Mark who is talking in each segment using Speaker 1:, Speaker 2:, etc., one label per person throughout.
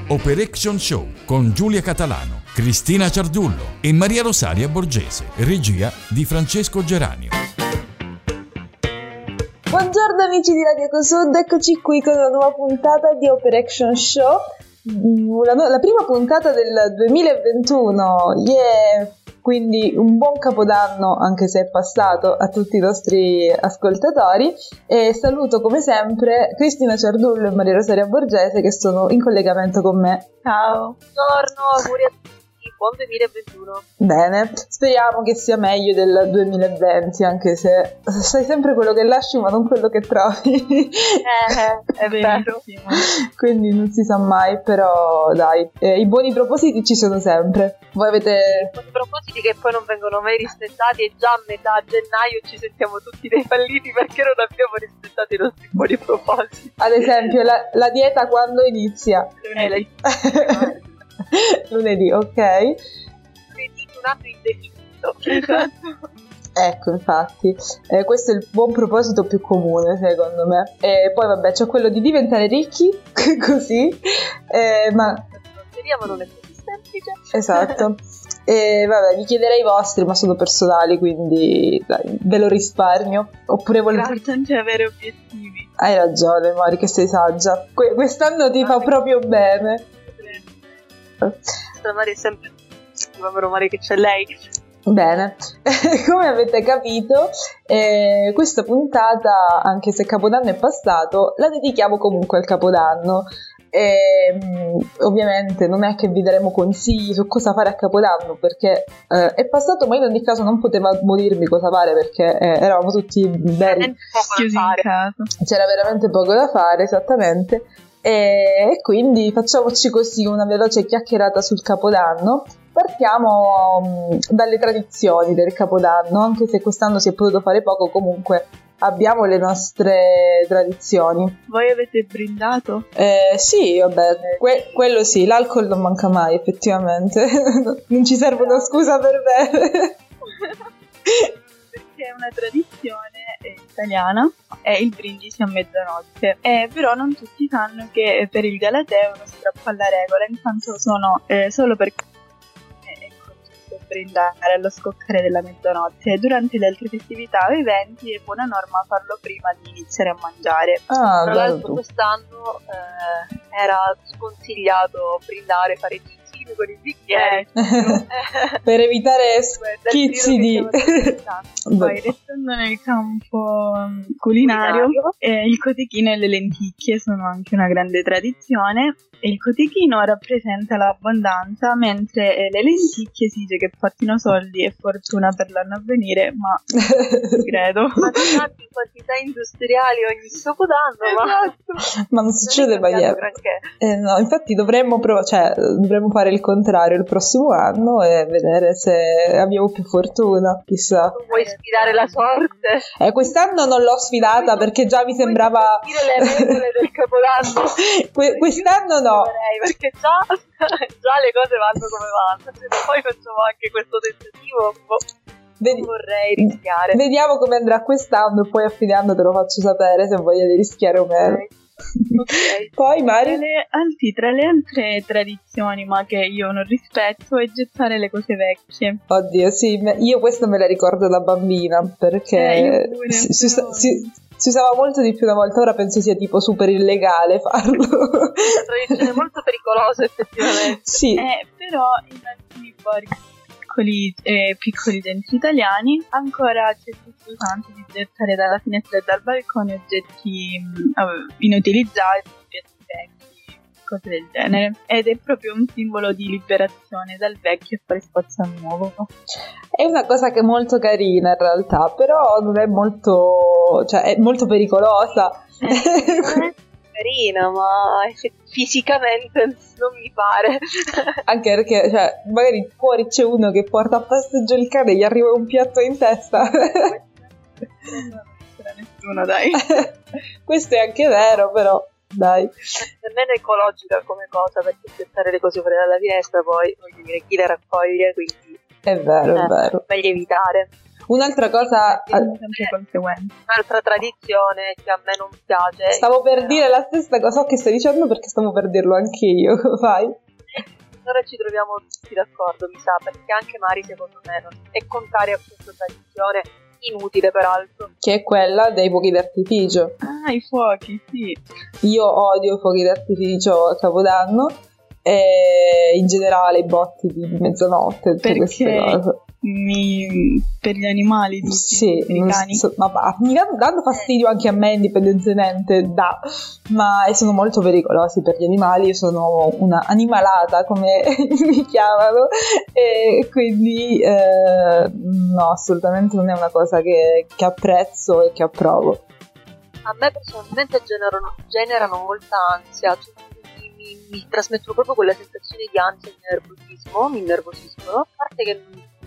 Speaker 1: Operation Show con Giulia Catalano, Cristina Ciardullo e Maria Rosaria Borgese, regia di Francesco Geranio.
Speaker 2: Buongiorno amici di Radio Ecosud, eccoci qui con una nuova puntata di Operation Show, la prima puntata del 2021, quindi un buon capodanno anche se è passato a tutti i nostri ascoltatori e saluto come sempre Cristina Ciardullo e Maria Rosaria Borgese che sono in collegamento con me.
Speaker 3: Ciao! Buongiorno, auguri a tutti, buon 2021.
Speaker 2: Bene, speriamo che sia meglio del 2020 anche se sai sempre quello che lasci ma non quello che trovi.
Speaker 3: È vero.
Speaker 2: Quindi non si sa mai, però dai, i buoni propositi ci sono sempre. Voi avete...
Speaker 3: buoni propositi che poi non vengono mai rispettati e già a metà gennaio ci sentiamo tutti dei falliti perché non abbiamo rispettato i nostri buoni propositi.
Speaker 2: Ad esempio la dieta quando inizia? Lunedì, ok.
Speaker 3: Lunedì un atto indefinito. Esatto.
Speaker 2: Ecco, infatti, questo è il buon proposito più comune, secondo me. E poi, vabbè, c'è quello di diventare ricchi, così, ma...
Speaker 3: non è così semplice.
Speaker 2: Esatto. E vabbè, vi chiederei i vostri, ma sono personali, quindi dai, ve lo risparmio. Oppure
Speaker 3: L'importante è avere obiettivi.
Speaker 2: Hai ragione, Mari, che sei saggia. Quest'anno ti fa proprio bene.
Speaker 3: Mari è sempre... meno male che c'è lei.
Speaker 2: Bene, come avete capito, questa puntata, anche se Capodanno è passato, la dedichiamo comunque al Capodanno. Ovviamente non è che vi daremo consigli su cosa fare a Capodanno perché è passato, ma in ogni caso non potevamo dirvi cosa fare perché eravamo tutti
Speaker 3: chiusi in casa.
Speaker 2: C'era veramente poco da fare, esattamente. E quindi facciamoci così una veloce chiacchierata sul Capodanno. Partiamo dalle tradizioni del Capodanno, anche se quest'anno si è potuto fare poco, comunque abbiamo le nostre tradizioni.
Speaker 3: Voi avete brindato?
Speaker 2: Sì, vabbè, quello sì, l'alcol non manca mai, effettivamente. Non ci serve una scusa per bere.
Speaker 3: Perché è una tradizione italiana, è il brindisi a mezzanotte, però non tutti sanno che per il Galateo è uno strappo alla regola, in quanto sono solo per brindare allo scoccare della mezzanotte. Durante le altre festività o eventi è buona norma farlo prima di iniziare a mangiare. Tra l'altro quest'anno era sconsigliato brindare, fare ticini con i bicchieri
Speaker 2: per evitare schizzi di...
Speaker 3: Poi restando nel campo culinario, il cotechino e le lenticchie sono anche una grande tradizione. Il cotechino rappresenta l'abbondanza, mentre le lenticchie si dice che portino soldi e fortuna per l'anno a venire, ma credo. Ma tanti quantità industriali ogni capodanno,
Speaker 2: ma non succede mai niente. No, infatti dovremmo fare il contrario il prossimo anno e vedere se abbiamo più fortuna, chissà.
Speaker 3: Vuoi sfidare la sorte?
Speaker 2: Quest'anno non l'ho sfidata perché già mi sembrava...
Speaker 3: le regole del Capodanno.
Speaker 2: Quest'anno no.
Speaker 3: Perché già le cose vanno come vanno, se poi facciamo anche questo tentativo non vorrei rischiare.
Speaker 2: Vediamo come andrà quest'anno e poi a fine anno te lo faccio sapere se voglio rischiare o meno.
Speaker 3: Okay.
Speaker 2: Poi Mari?
Speaker 3: Tra le altre tradizioni ma che io non rispetto è gettare le cose vecchie.
Speaker 2: Oddio sì, io questo me la ricordo da bambina perché si usava molto di più una volta, ora penso sia tipo super illegale farlo.
Speaker 3: È una tradizione molto pericolosa effettivamente.
Speaker 2: Sì.
Speaker 3: Però in alcuni borghi piccoli centri italiani ancora c'è questa usanza di gettare dalla finestra e dal balcone oggetti inutilizzati, oggetti vecchi, cose del genere, ed è proprio un simbolo di liberazione dal vecchio e fare spazio al nuovo.
Speaker 2: È una cosa che è molto carina in realtà, però non è molto, è molto pericolosa.
Speaker 3: Carina, ma fisicamente non mi pare.
Speaker 2: Anche perché magari fuori c'è uno che porta a passeggio il cane e gli arriva un piatto in testa.
Speaker 3: Non c'era nessuno, dai.
Speaker 2: Questo è anche vero, però dai.
Speaker 3: Nemmeno ecologica come cosa, perché gettare le cose fuori dalla finestra poi voglio dire chi le raccoglie, quindi
Speaker 2: è vero, è vero.
Speaker 3: Meglio evitare.
Speaker 2: Un'altra cosa,
Speaker 3: sempre conseguenti.
Speaker 4: Un'altra tradizione che a me non piace.
Speaker 2: Stavo per dire la stessa cosa che stai dicendo, perché stavo per dirlo anche io. Vai.
Speaker 4: Ora ci troviamo tutti d'accordo, mi sa, perché anche Mari secondo me è contraria a questa tradizione, inutile peraltro.
Speaker 2: Che è quella dei fuochi d'artificio.
Speaker 3: Ah, i fuochi, sì.
Speaker 2: Io odio i fuochi d'artificio a Capodanno e in generale i botti di mezzanotte, tutte queste cose.
Speaker 3: Per gli animali,
Speaker 2: sì,
Speaker 3: i cani.
Speaker 2: Mi danno fastidio anche a me indipendentemente ma sono molto pericolosi per gli animali. Io sono una animalata, come mi chiamano, e quindi no, assolutamente non è una cosa che apprezzo e che approvo.
Speaker 4: A me personalmente generano molta ansia, mi trasmettono proprio quella sensazione di ansia e mi innervosiscono, a parte che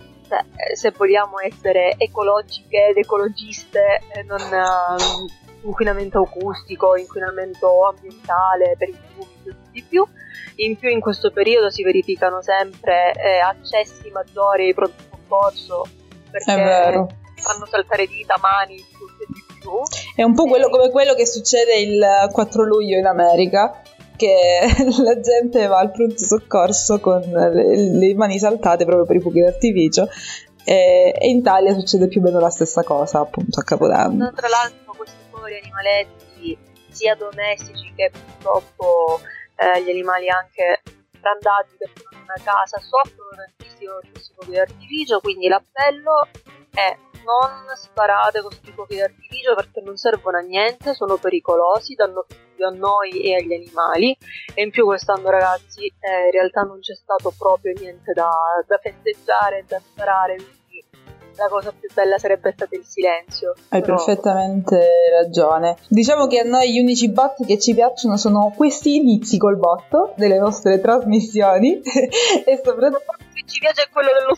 Speaker 4: se vogliamo essere ecologiche ed ecologiste, non inquinamento acustico, inquinamento ambientale per i fumi di più. In più in questo periodo si verificano sempre accessi maggiori ai pronto soccorso, perché
Speaker 2: è vero,
Speaker 4: fanno saltare dita, mani, tutto e di più.
Speaker 2: È un po' come quello che succede il 4 luglio in America, che la gente va al pronto soccorso con le mani saltate proprio per i fuochi d'artificio, e in Italia succede più o meno la stessa cosa appunto a Capodanno.
Speaker 4: Tra l'altro questi poveri animaletti, sia domestici che purtroppo gli animali anche brandati per una casa, soffrono tantissimo questi fuochi d'artificio, quindi l'appello è: non sparate con questi fuochi d'artificio perché non servono a niente, sono pericolosi, danno fastidio a noi e agli animali, e in più quest'anno, ragazzi, in realtà non c'è stato proprio niente da festeggiare, da sparare, quindi la cosa più bella sarebbe stato il silenzio.
Speaker 2: Hai perfettamente ragione. Diciamo che a noi gli unici botti che ci piacciono sono questi inizi col botto delle nostre trasmissioni e soprattutto
Speaker 4: ci piace quello dello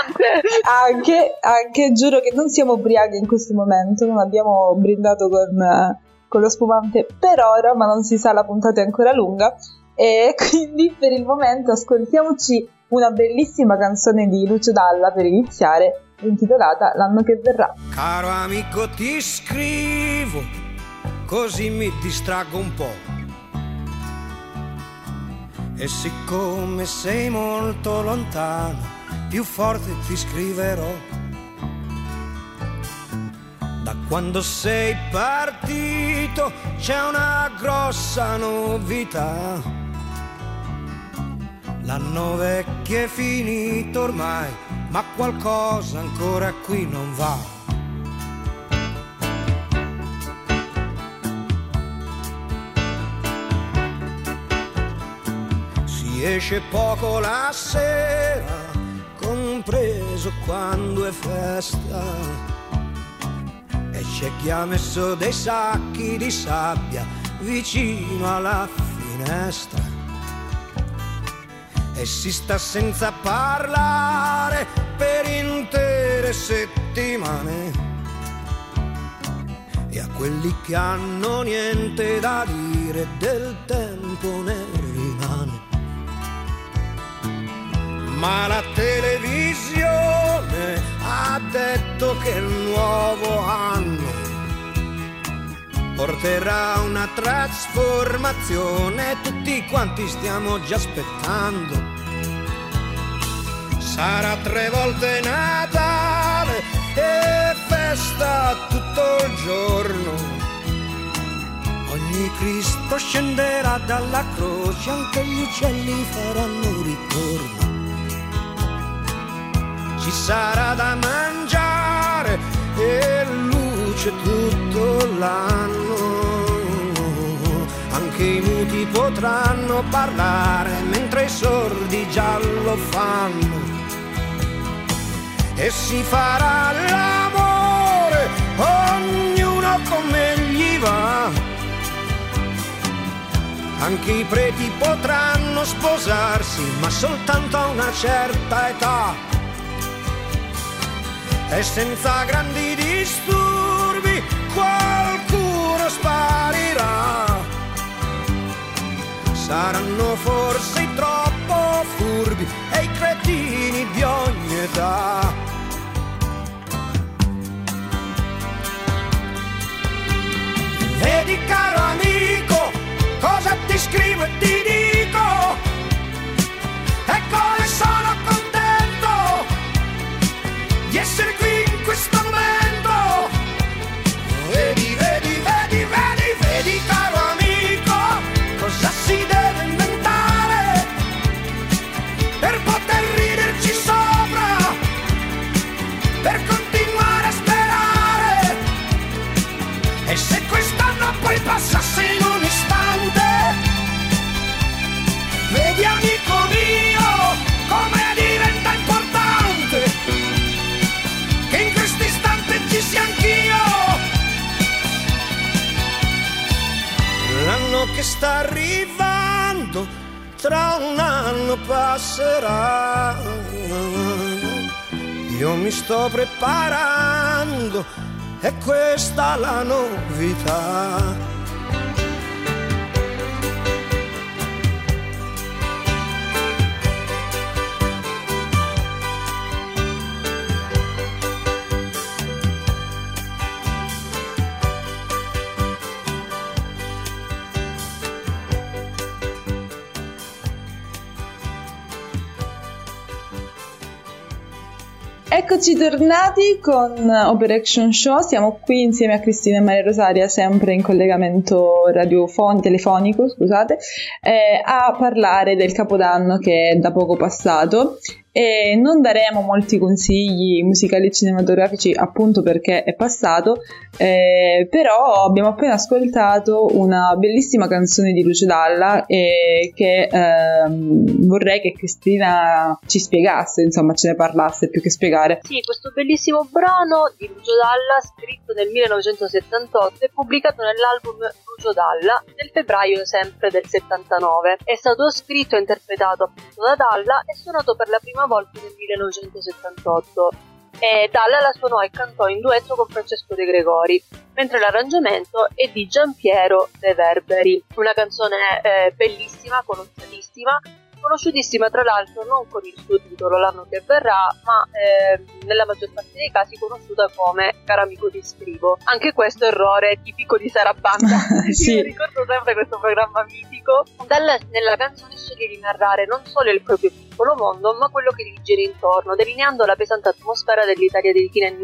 Speaker 4: spumante.
Speaker 2: Anche giuro che non siamo ubriachi in questo momento, non abbiamo brindato con lo spumante per ora, ma non si sa, la puntata è ancora lunga, e quindi per il momento ascoltiamoci una bellissima canzone di Lucio Dalla per iniziare, intitolata L'anno che verrà.
Speaker 5: Caro amico, ti scrivo così mi distraggo un po', e siccome sei molto lontano, più forte ti scriverò. Da quando sei partito c'è una grossa novità. L'anno vecchio è finito ormai, ma qualcosa ancora qui non va. Si esce poco la sera, compreso quando è festa, e c'è chi ha messo dei sacchi di sabbia vicino alla finestra, e si sta senza parlare per intere settimane, e a quelli che hanno niente da dire del tempo ne rimane. Ma la televisione ha detto che il nuovo anno porterà una trasformazione, tutti quanti stiamo già aspettando. Sarà 3 volte Natale e festa tutto il giorno. Ogni Cristo scenderà dalla croce, anche gli uccelli faranno ritorno. Ci sarà da mangiare e luce tutto l'anno. Anche i muti potranno parlare mentre i sordi già lo fanno. E si farà l'amore, ognuno come gli va. Anche i preti potranno sposarsi, ma soltanto a una certa età. E senza grandi disturbi qualcuno sparirà. Saranno forse i troppo furbi e i cretini di ogni età. vedi caro amico, cosa ti scrivo e ti dico, e come sono contento di essere qui in questo momento. Vedi, vedi, vedi, vedi, vedi caro amico, cosa si deve inventare per poter riderci sopra, per continuare a sperare. E se quest'anno poi passasse in un istante, vedi amico mio come diventa importante che in questo istante ci sia anch'io. L'anno che sta arrivando tra un anno passerà, io mi sto preparando, è questa la novità.
Speaker 2: Eccoci tornati con Operation Show, siamo qui insieme a Cristina e Maria Rosaria, sempre in collegamento telefonico, a parlare del Capodanno che è da poco passato. E non daremo molti consigli musicali e cinematografici appunto perché è passato, però abbiamo appena ascoltato una bellissima canzone di Lucio Dalla che vorrei che Cristina ci spiegasse, insomma ce ne parlasse più che spiegare.
Speaker 4: Sì, questo bellissimo brano di Lucio Dalla, scritto nel 1978 e pubblicato nell'album Lucio Dalla nel febbraio sempre del 79. È stato scritto e interpretato appunto da Dalla e suonato per la prima volta nel 1978. Dalla la suonò e cantò in duetto con Francesco De Gregori, mentre l'arrangiamento è di Giampiero De Verberi. Una canzone bellissima, conosciutissima tra l'altro non con il suo titolo L'anno che verrà, ma nella maggior parte dei casi conosciuta come Caro amico ti scrivo. Anche questo errore tipico di Sarabanda.
Speaker 2: Sì.
Speaker 4: Io ricordo sempre questo programma mitico. Dalla nella canzone sceglie di narrare non solo il proprio piccolo mondo, ma quello che gli gira intorno, delineando la pesante atmosfera dell'Italia dei fine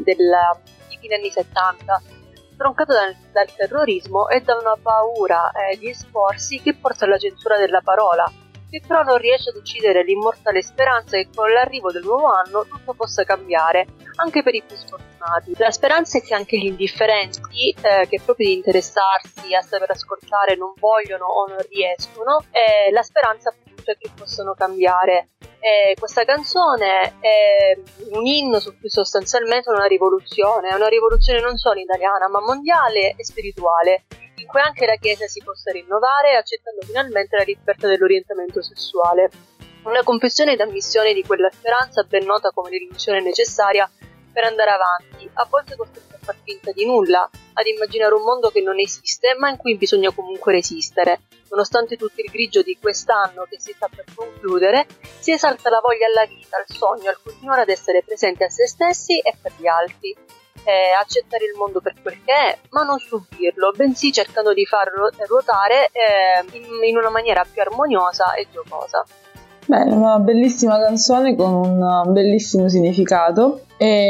Speaker 4: anni 70, troncato dal terrorismo e da una paura di esporsi che porta alla censura della parola, che però non riesce ad uccidere l'immortale speranza che con l'arrivo del nuovo anno tutto possa cambiare, anche per i più sfortunati. La speranza è che anche gli indifferenti, che proprio di interessarsi a saper ascoltare non vogliono o non riescono, la speranza appunto è che possano cambiare. Questa canzone è un inno su cui sostanzialmente è una rivoluzione non solo italiana ma mondiale e spirituale, in cui anche la Chiesa si possa rinnovare accettando finalmente la libertà dell'orientamento sessuale. Una confessione ed ammissione di quella speranza ben nota come l'illusione necessaria per andare avanti, a volte costretti a far finta di nulla, ad immaginare un mondo che non esiste ma in cui bisogna comunque resistere. Nonostante tutto il grigio di quest'anno che si sta per concludere, si esalta la voglia alla vita, al sogno, al continuare ad essere presenti a se stessi e per gli altri. Accettare il mondo per quel che è, ma non subirlo, bensì cercando di farlo ruotare in una maniera più armoniosa e giocosa.
Speaker 2: Bene, una bellissima canzone con un bellissimo significato.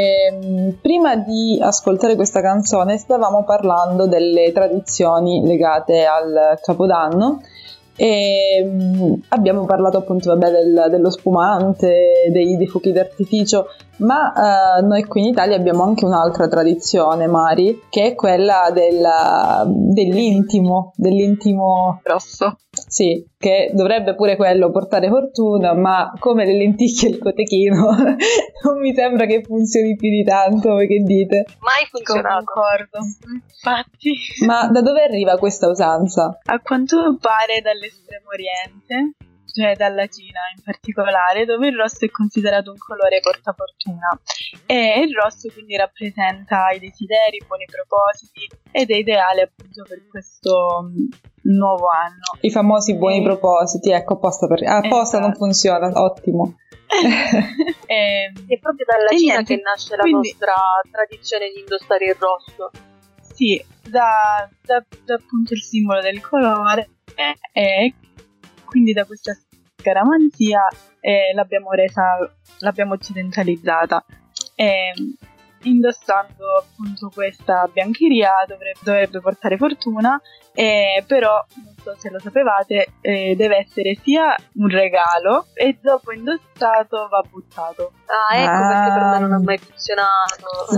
Speaker 2: E prima di ascoltare questa canzone stavamo parlando delle tradizioni legate al Capodanno e abbiamo parlato appunto dello spumante, dei fuochi d'artificio, ma noi qui in Italia abbiamo anche un'altra tradizione, Mari, che è quella dell'intimo
Speaker 3: rosso.
Speaker 2: Sì, che dovrebbe pure quello portare fortuna, ma come le lenticchie e il cotechino non mi sembra che funzioni più di tanto, voi che dite?
Speaker 4: Mai funzionato.
Speaker 3: Concordo, infatti.
Speaker 2: Ma da dove arriva questa usanza?
Speaker 3: A quanto pare dall'estremo oriente, cioè dalla Cina in particolare, dove il rosso è considerato un colore portafortuna e il rosso quindi rappresenta i desideri, i buoni propositi ed è ideale appunto per questo nuovo anno.
Speaker 2: I famosi buoni propositi, ecco, apposta
Speaker 3: esatto.
Speaker 2: Non funziona, ottimo.
Speaker 4: È proprio dalla Cina che nasce la nostra tradizione di indossare il rosso.
Speaker 3: Sì, appunto il simbolo del colore, e quindi da questa scaramanzia l'abbiamo occidentalizzata. Indossando appunto questa biancheria dovrebbe portare fortuna, però non so se lo sapevate, deve essere sia un regalo e dopo indossato va buttato.
Speaker 4: Perché per me non ha mai funzionato.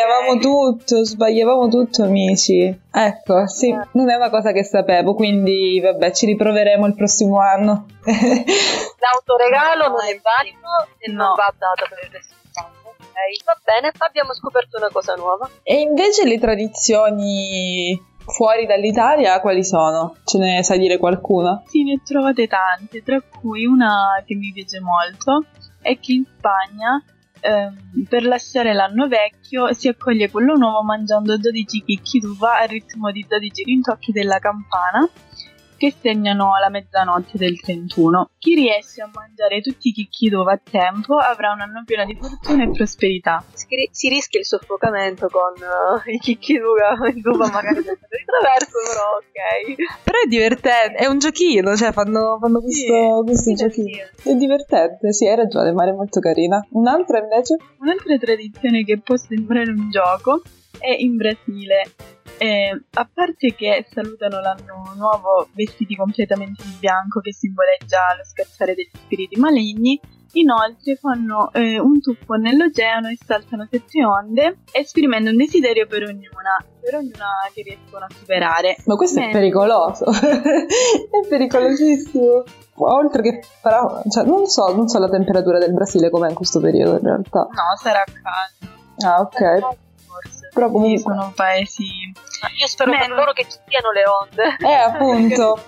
Speaker 2: Sbagliavamo tutto amici. Ecco, sì, non è una cosa che sapevo, quindi vabbè, ci riproveremo il prossimo anno.
Speaker 4: L'autoregalo non è valido e non va data per il resto. Va bene, abbiamo scoperto una cosa nuova.
Speaker 2: E invece le tradizioni fuori dall'Italia quali sono? Ce ne sai dire qualcuna?
Speaker 3: Sì, ne ho trovate tante, tra cui una che mi piace molto è che in Spagna per lasciare l'anno vecchio si accoglie quello nuovo mangiando 12 chicchi d'uva al ritmo di 12 rintocchi della campana che segnano la mezzanotte del 31. Chi riesce a mangiare tutti i chicchi d'uva a tempo avrà un anno pieno di fortuna e prosperità.
Speaker 4: Si rischia il soffocamento con i chicchi d'uva magari di traverso, però ok.
Speaker 2: Però è divertente, è un giochino, cioè fanno questo giochino. È divertente, sì, hai ragione, Mare, è molto carina. Un'altra invece?
Speaker 3: Un'altra tradizione che può sembrare un gioco è in Brasile. A parte che salutano l'anno nuovo vestiti completamente di bianco che simboleggia lo scacciare degli spiriti maligni, inoltre fanno un tuffo nell'oceano e saltano 7 onde esprimendo un desiderio per ognuna che riescono a superare.
Speaker 2: Ma questo è pericoloso. È pericolosissimo. Oltre che farà, cioè, non so la temperatura del Brasile com'è in questo periodo in realtà.
Speaker 3: No, sarà caldo.
Speaker 2: Ah, ok. Però comunque
Speaker 3: sono paesi.
Speaker 4: Io spero per loro che ci siano le onde.
Speaker 2: Appunto.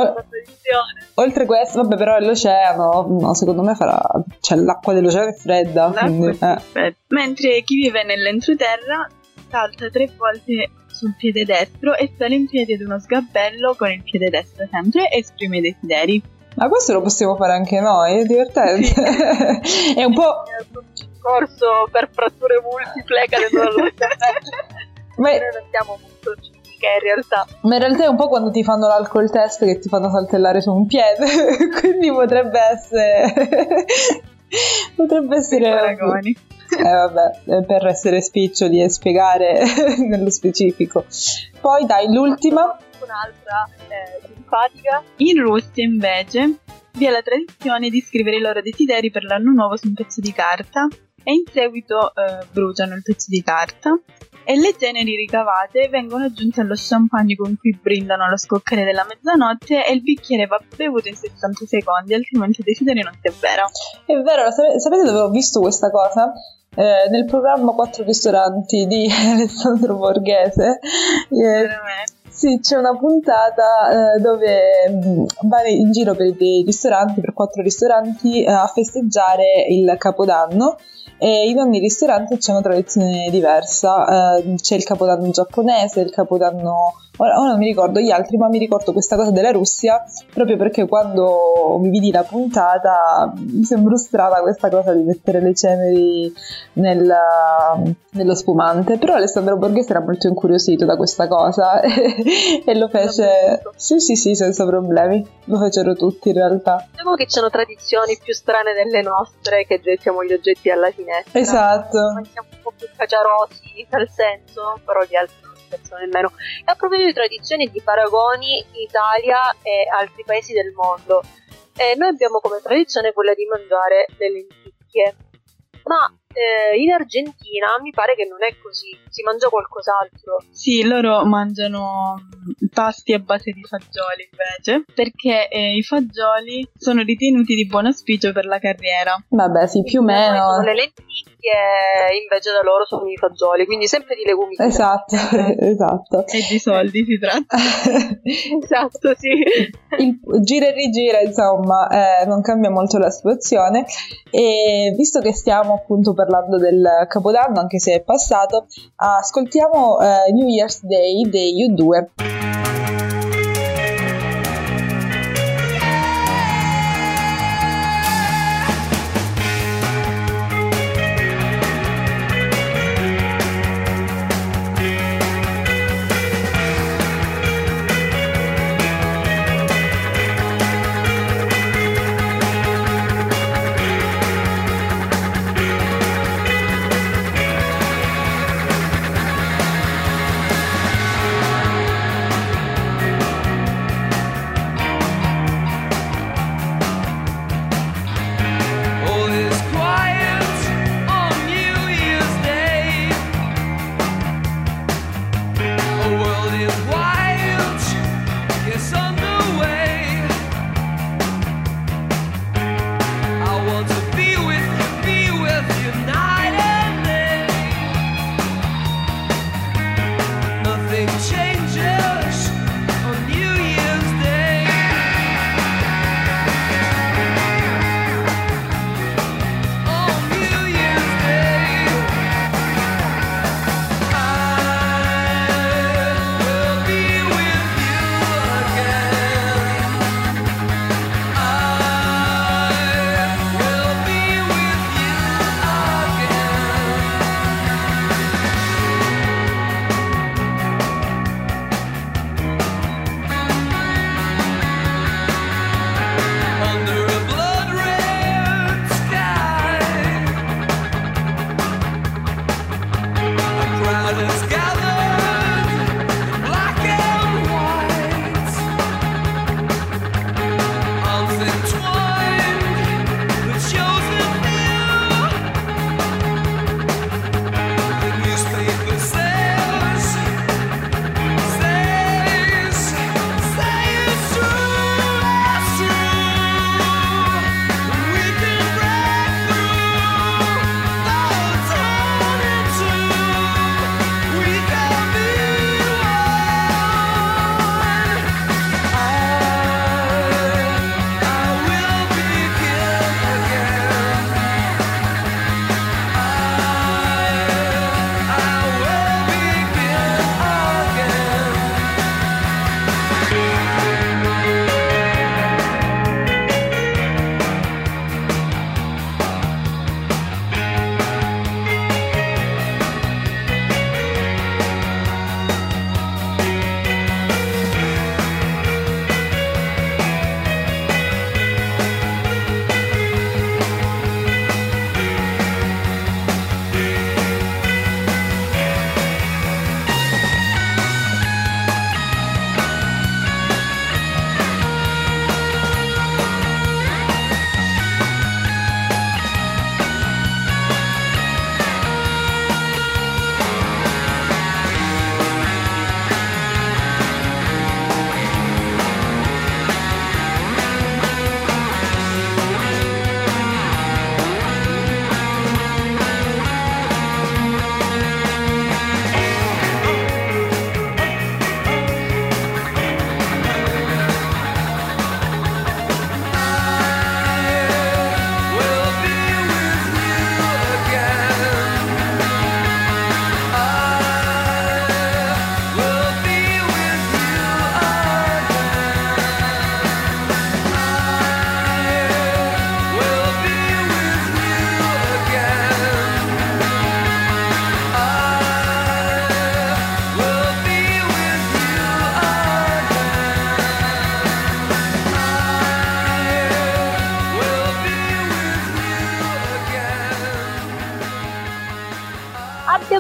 Speaker 2: Oltre questo, vabbè, però l'oceano, no, secondo me cioè l'acqua dell'oceano è fredda. Quindi,
Speaker 3: fredda. Mentre chi vive nell'entroterra salta 3 volte sul piede destro e sale in piedi ad uno sgabello con il piede destro sempre e esprime i desideri.
Speaker 2: Ma questo lo possiamo fare anche noi, è divertente. Sì. È un po'
Speaker 4: corso per fratture multiple cadendo dallo
Speaker 2: Ma
Speaker 4: noi non siamo molto ciniche in realtà.
Speaker 2: Ma in realtà è un po' quando ti fanno l'alcol test che ti fanno saltellare su un piede. Quindi potrebbe essere
Speaker 3: paragoni.
Speaker 2: Vabbè, per essere spiccioli e spiegare nello specifico. Poi dai, l'ultima.
Speaker 4: Un'altra simpatica.
Speaker 3: In Russia invece vi è la tradizione di scrivere i loro desideri per l'anno nuovo su un pezzo di carta e in seguito bruciano il pezzo di carta e le ceneri ricavate vengono aggiunte allo champagne con cui brindano allo scoccare della mezzanotte e il bicchiere va bevuto in 60 secondi, altrimenti il desiderio non si avvera.
Speaker 2: È vero, sapete dove ho visto questa cosa? Nel programma 4 ristoranti di Alessandro Borghese. Sì, c'è una puntata dove va in giro per i ristoranti, per 4 ristoranti, a festeggiare il Capodanno e in ogni ristorante c'è una tradizione diversa. C'è il Capodanno giapponese, il Capodanno... Ora non mi ricordo gli altri, ma mi ricordo questa cosa della Russia proprio perché quando mi vidi la puntata mi sembrò strana questa cosa di mettere le ceneri nello spumante, però Alessandro Borghese era molto incuriosito da questa cosa e lo fece. Sì, senza problemi, lo fecero tutti in realtà.
Speaker 4: Diciamo che c'hanno tradizioni più strane delle nostre, che gettiamo gli oggetti alla finestra.
Speaker 2: Esatto.
Speaker 4: Noi siamo un po' più caciarosi nel senso, però gli altri nemmeno. E a proposito di tradizioni e di paragoni, Italia e altri paesi del mondo, noi abbiamo come tradizione quella di mangiare le lenticchie, ma in Argentina mi pare che non è così, si mangia qualcos'altro.
Speaker 3: Sì, loro mangiano pasti a base di fagioli invece, perché i fagioli sono ritenuti di buon auspicio per la carriera.
Speaker 2: Vabbè, sì, più o meno.
Speaker 4: Sono le lenticchie, invece da loro sono i fagioli, quindi sempre di legumi.
Speaker 2: Esatto.
Speaker 3: E di soldi si tratta.
Speaker 4: Esatto, sì.
Speaker 2: Il gira e rigira, insomma, non cambia molto la situazione. E visto che stiamo appunto parlando del Capodanno, anche se è passato, ascoltiamo New Year's Day dei U2.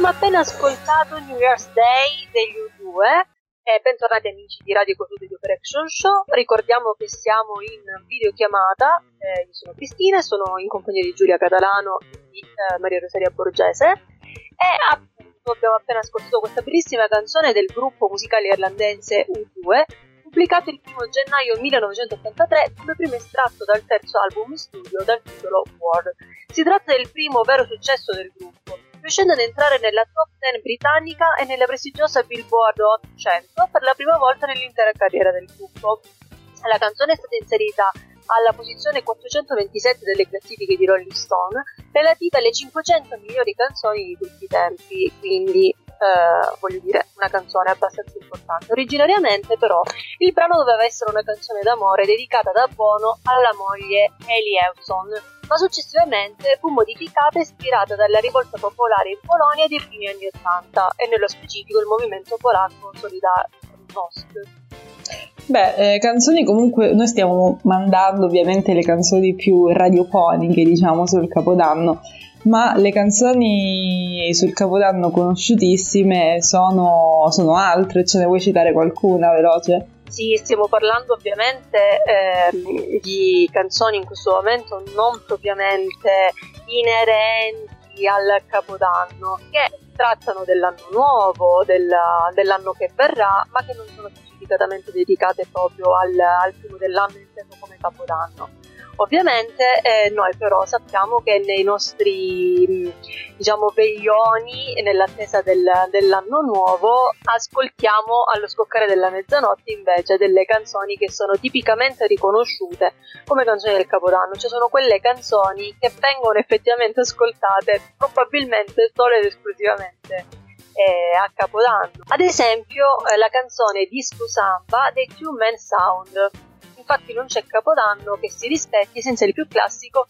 Speaker 4: appena ascoltato New Year's Day degli U2. Bentornati amici di Radio Cosude di Operation Show. Ricordiamo che siamo in videochiamata. Io sono Cristina e sono in compagnia di Giulia Catalano e di Maria Rosaria Borgese. E appunto abbiamo appena ascoltato questa bellissima canzone del gruppo musicale irlandese U2, pubblicato il 1 gennaio 1983 come primo estratto dal terzo album in studio dal titolo War. Si tratta del primo vero successo del gruppo, riuscendo ad entrare nella top 10 britannica e nella prestigiosa Billboard Hot 100 per la prima volta nell'intera carriera del gruppo. La canzone è stata inserita alla posizione 427 delle classifiche di Rolling Stone, relativa alle 500 migliori canzoni di tutti i tempi, quindi voglio dire una canzone abbastanza importante. Originariamente però il brano doveva essere una canzone d'amore dedicata da Bono alla moglie Hayley Hewson, ma successivamente fu modificata e ispirata dalla rivolta popolare in Polonia dei primi anni '80 e nello specifico il movimento polacco Solidarność.
Speaker 2: Canzoni comunque, noi stiamo mandando ovviamente le canzoni più radiofoniche, diciamo, sul Capodanno, ma le canzoni sul Capodanno conosciutissime sono altre. Ce ne vuoi citare qualcuna veloce?
Speaker 4: Sì, stiamo parlando ovviamente di canzoni in questo momento non propriamente inerenti al Capodanno, che trattano dell'anno nuovo, dell'anno che verrà, ma che non sono specificatamente dedicate proprio al primo dell'anno inteso come Capodanno. Ovviamente noi però sappiamo che nei nostri veglioni e nell'attesa dell'anno nuovo ascoltiamo allo scoccare della mezzanotte invece delle canzoni che sono tipicamente riconosciute come canzoni del Capodanno, cioè sono quelle canzoni che vengono effettivamente ascoltate probabilmente solo ed esclusivamente a Capodanno. Ad esempio la canzone Disco Samba dei Two Men Sound. Infatti non c'è Capodanno che si rispetti senza il più classico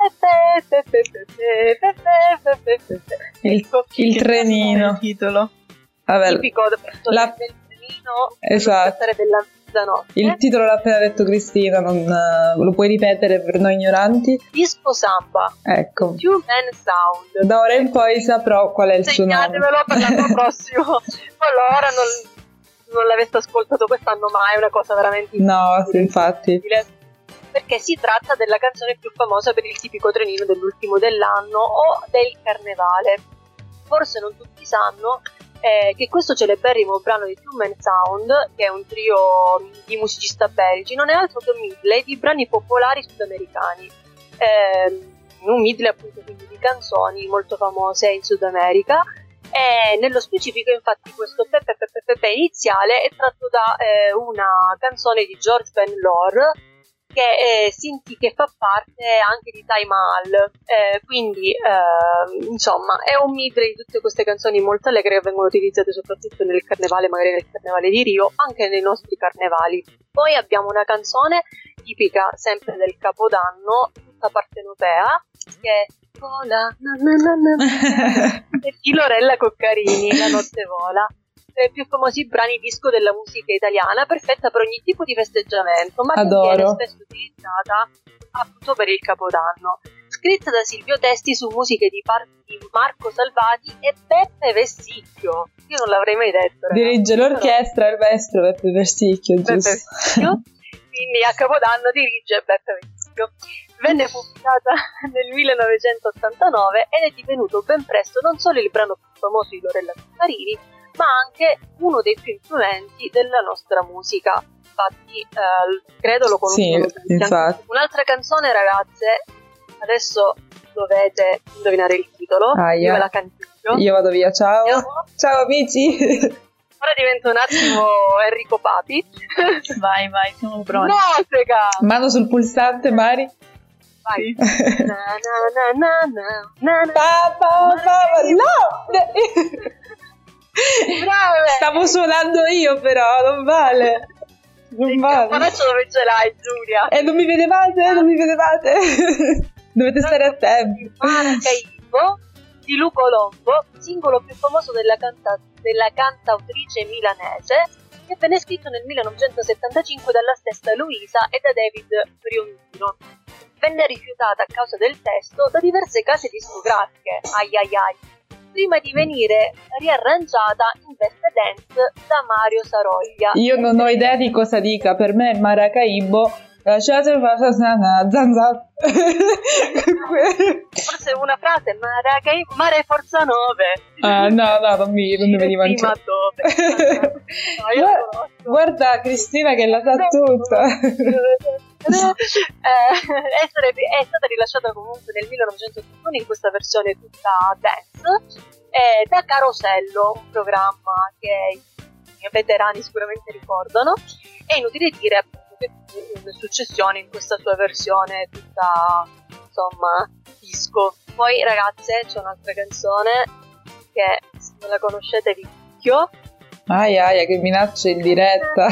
Speaker 2: il trenino,
Speaker 3: il titolo.
Speaker 2: Vabbè,
Speaker 4: tipico del trenino,
Speaker 2: esatto.
Speaker 4: Della mezzanotte.
Speaker 2: Il titolo l'ha appena detto Cristina, non lo puoi ripetere per noi ignoranti?
Speaker 4: Disco Samba,
Speaker 2: ecco.
Speaker 4: Two Men Sound.
Speaker 2: Da ora in poi saprò qual è il suo nome.
Speaker 4: Segnatevelo per l'anno prossimo. Allora non l'aveste ascoltato quest'anno, ma è una cosa veramente
Speaker 2: no, sì, infatti,
Speaker 4: perché si tratta della canzone più famosa per il tipico trenino dell'ultimo dell'anno o del carnevale. Forse non tutti sanno che questo celeberrimo brano di Two Men Sound, che è un trio di musicista belgi, non è altro che un medley di brani popolari sudamericani, un medley appunto quindi di canzoni molto famose in Sud America. E nello specifico infatti questo pepe iniziale è tratto da una canzone di George Ben Lor che fa parte anche di Taj Mahal, quindi insomma è un medley di tutte queste canzoni molto allegre che vengono utilizzate soprattutto nel carnevale, magari nel carnevale di Rio, anche nei nostri carnevali. Poi abbiamo una canzone tipica sempre del Capodanno, tutta partenopea, che è Vola, di Lorella Coccarini, La notte vola, tra i più famosi brani disco della musica italiana, perfetta per ogni tipo di festeggiamento, ma che viene spesso utilizzata appunto per il Capodanno. Scritta da Silvio Testi su musiche di Marco Salvati e Beppe Vessicchio. Io non l'avrei mai detto, ragazzi.
Speaker 2: Dirige l'orchestra il maestro Beppe Vessicchio, giusto?
Speaker 4: Quindi a Capodanno dirige Beppe Vessicchio. Venne pubblicata nel 1989 ed è divenuto ben presto non solo il brano più famoso di Lorella Coccarini, ma anche uno dei più influenti della nostra musica. Infatti credo lo conoscono tutti.
Speaker 2: Infatti.
Speaker 4: Un'altra canzone, ragazze, adesso dovete indovinare il titolo. Io ve la canticchio.
Speaker 2: Io vado via, ciao. Ciao amici.
Speaker 4: Ora divento un attimo Enrico Papi.
Speaker 3: Vai, siamo pronti.
Speaker 4: No, frega!
Speaker 2: Mano sul pulsante, Mari.
Speaker 4: Vai.
Speaker 3: Sì.
Speaker 2: No!
Speaker 4: Brave!
Speaker 2: Stavo suonando io, però non vale. Non vale.
Speaker 4: Ma adesso dove ce l'hai, Giulia?
Speaker 2: Non mi vedevate. Dovete stare attenti.
Speaker 4: Maracaibo di Luco Lombo, singolo più famoso della cantautrice milanese, che venne scritto nel 1975 dalla stessa Luisa e da David Riondino. Venne rifiutata a causa del testo da diverse case discografiche. prima di venire riarrangiata in veste dance da Mario Saroglia.
Speaker 2: Io non ho idea di cosa dica, per me è Maracaibo.
Speaker 4: Forse una frase, Maracaibo, mare forza 9.
Speaker 2: No, non mi veniva in mente. Guarda Cristina che la sa tutta.
Speaker 4: È stata rilasciata comunque nel 1981 in questa versione tutta dance da Carosello, un programma che i veterani sicuramente ricordano. È inutile dire appunto che fu una successione in questa sua versione tutta, insomma, disco. Poi ragazze, c'è un'altra canzone che, se non la conoscete, vi picchio.
Speaker 2: Aia che minaccia in diretta.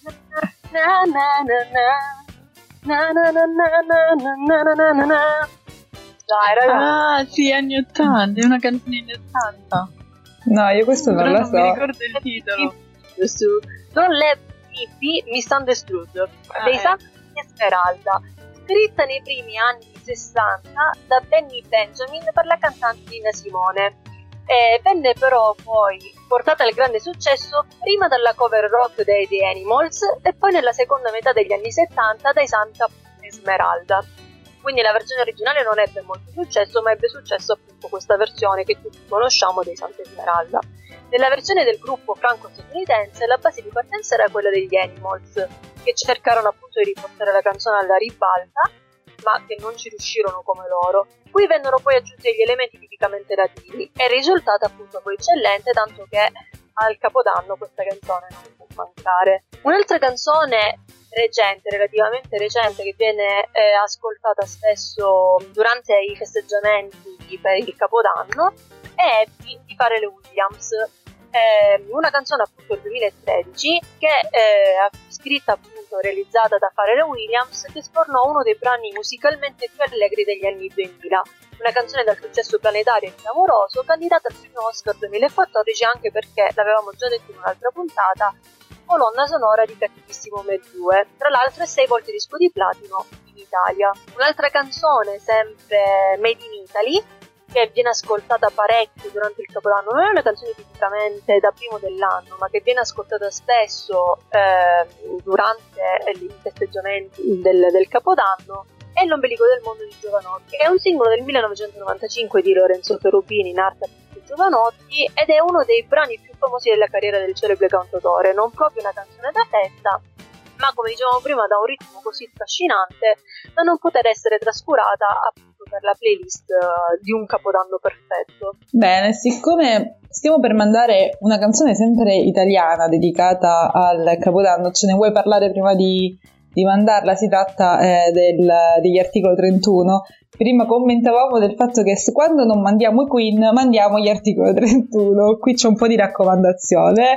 Speaker 4: Na na na na. Na na na na na na na na. Dai ragazzi.
Speaker 3: Sì, anni 80, è una canzone anni 80.
Speaker 2: No, io questo non la so.
Speaker 3: Non mi ricordo il titolo.
Speaker 4: Don't let me be misunderstood dei Santi Esmeralda, scritta nei primi anni 60 da Benny Benjamin per la cantante Nina Simone. Venne però poi portata al grande successo prima dalla cover rock dei The Animals e poi nella seconda metà degli anni 70 dai Santa Esmeralda. Quindi la versione originale non ebbe molto successo, ma ebbe successo appunto questa versione che tutti conosciamo dei Santa Esmeralda. Nella versione del gruppo franco-statunitense la base di partenza era quella degli Animals, che cercarono appunto di riportare la canzone alla ribalta, ma che non ci riuscirono come loro. Qui vennero poi aggiunti gli elementi tipicamente latini e il risultato appunto fu eccellente, tanto che al Capodanno questa canzone non può mancare. Un'altra canzone recente, relativamente recente, che viene ascoltata spesso durante i festeggiamenti per il Capodanno è di Pharrell Williams, una canzone appunto del 2013 che è scritta appunto realizzata da Pharrell Williams, che sfornò uno dei brani musicalmente più allegri degli anni 2000, una canzone dal successo planetario e clamoroso, candidata al premio Oscar 2014 anche perché, l'avevamo già detto in un'altra puntata, colonna sonora di Cattivissimo Me 2, tra l'altro è 6 volte disco di platino in Italia. Un'altra canzone sempre made in Italy che viene ascoltata parecchio durante il Capodanno, non è una canzone tipicamente da primo dell'anno, ma che viene ascoltata spesso durante i festeggiamenti del Capodanno, è L'ombelico del mondo di Jovanotti. È un singolo del 1995 di Lorenzo Cherubini, in arte appunto Jovanotti, ed è uno dei brani più famosi della carriera del celebre cantautore, non proprio una canzone da festa, ma come dicevamo prima da un ritmo così trascinante da non poter essere trascurata appunto per la playlist di un Capodanno perfetto.
Speaker 2: Bene, siccome stiamo per mandare una canzone sempre italiana dedicata al Capodanno, ce ne vuoi parlare prima di mandarla? Si tratta degli Articolo 31. Prima commentavamo del fatto che quando non mandiamo i Queen mandiamo gli Articolo 31. Qui c'è un po' di raccomandazione.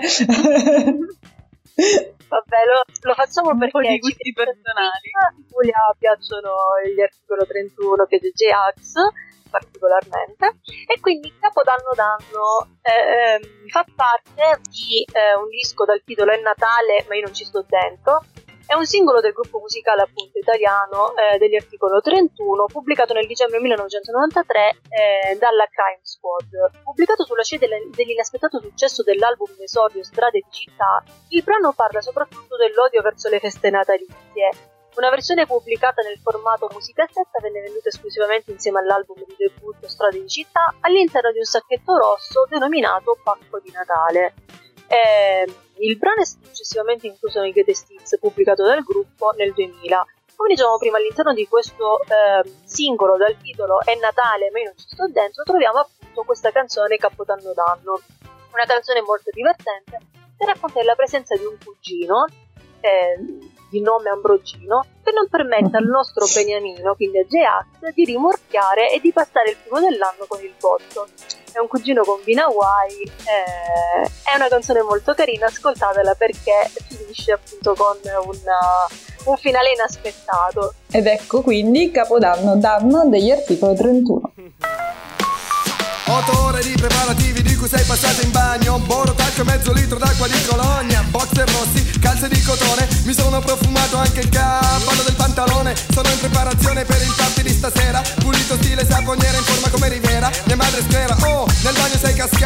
Speaker 4: Vabbè, lo facciamo perché
Speaker 3: un po' di gusti personali.
Speaker 4: A Giulia piacciono gli Articolo 31, che DJ Axe particolarmente, e quindi Capodanno Danno fa parte di un disco dal titolo È Natale ma io non ci sto dentro. È un singolo del gruppo musicale appunto italiano degli Articolo 31, pubblicato nel dicembre 1993 dalla Crime Squad. Pubblicato sulla scia dell'inaspettato successo dell'album in esordio Strade di città, il brano parla soprattutto dell'odio verso le feste natalizie. Una versione pubblicata nel formato musicassetta venne venduta esclusivamente insieme all'album di debutto Strade di città all'interno di un sacchetto rosso denominato Pacco di Natale. Il brano è successivamente incluso nei Greatest Hits, pubblicato dal gruppo nel 2000. Come dicevamo prima, all'interno di questo singolo dal titolo È Natale ma io non ci sto dentro, troviamo appunto questa canzone Capodanno Danno, una canzone molto divertente che racconta della presenza di un cugino di nome Ambrogino, che non permette al nostro Beniamino, quindi a J-Ax, di rimorchiare e di passare il primo dell'anno con il botto. È un cugino con Guai, è una canzone molto carina, ascoltatela perché finisce appunto con un finale inaspettato.
Speaker 2: Ed ecco quindi Capodanno Danno degli Articolo 31.
Speaker 5: 8 ore di preparativi di cui sei passato in bagno, Boro, tacco e mezzo litro d'acqua di Cologna, boxer rossi, calze di cotone, mi sono profumato anche il cavallo del pantalone, sono in preparazione per il party di stasera, pulito stile sabboniera in forma come Rivera, mia madre sfera, oh, nel bagno sei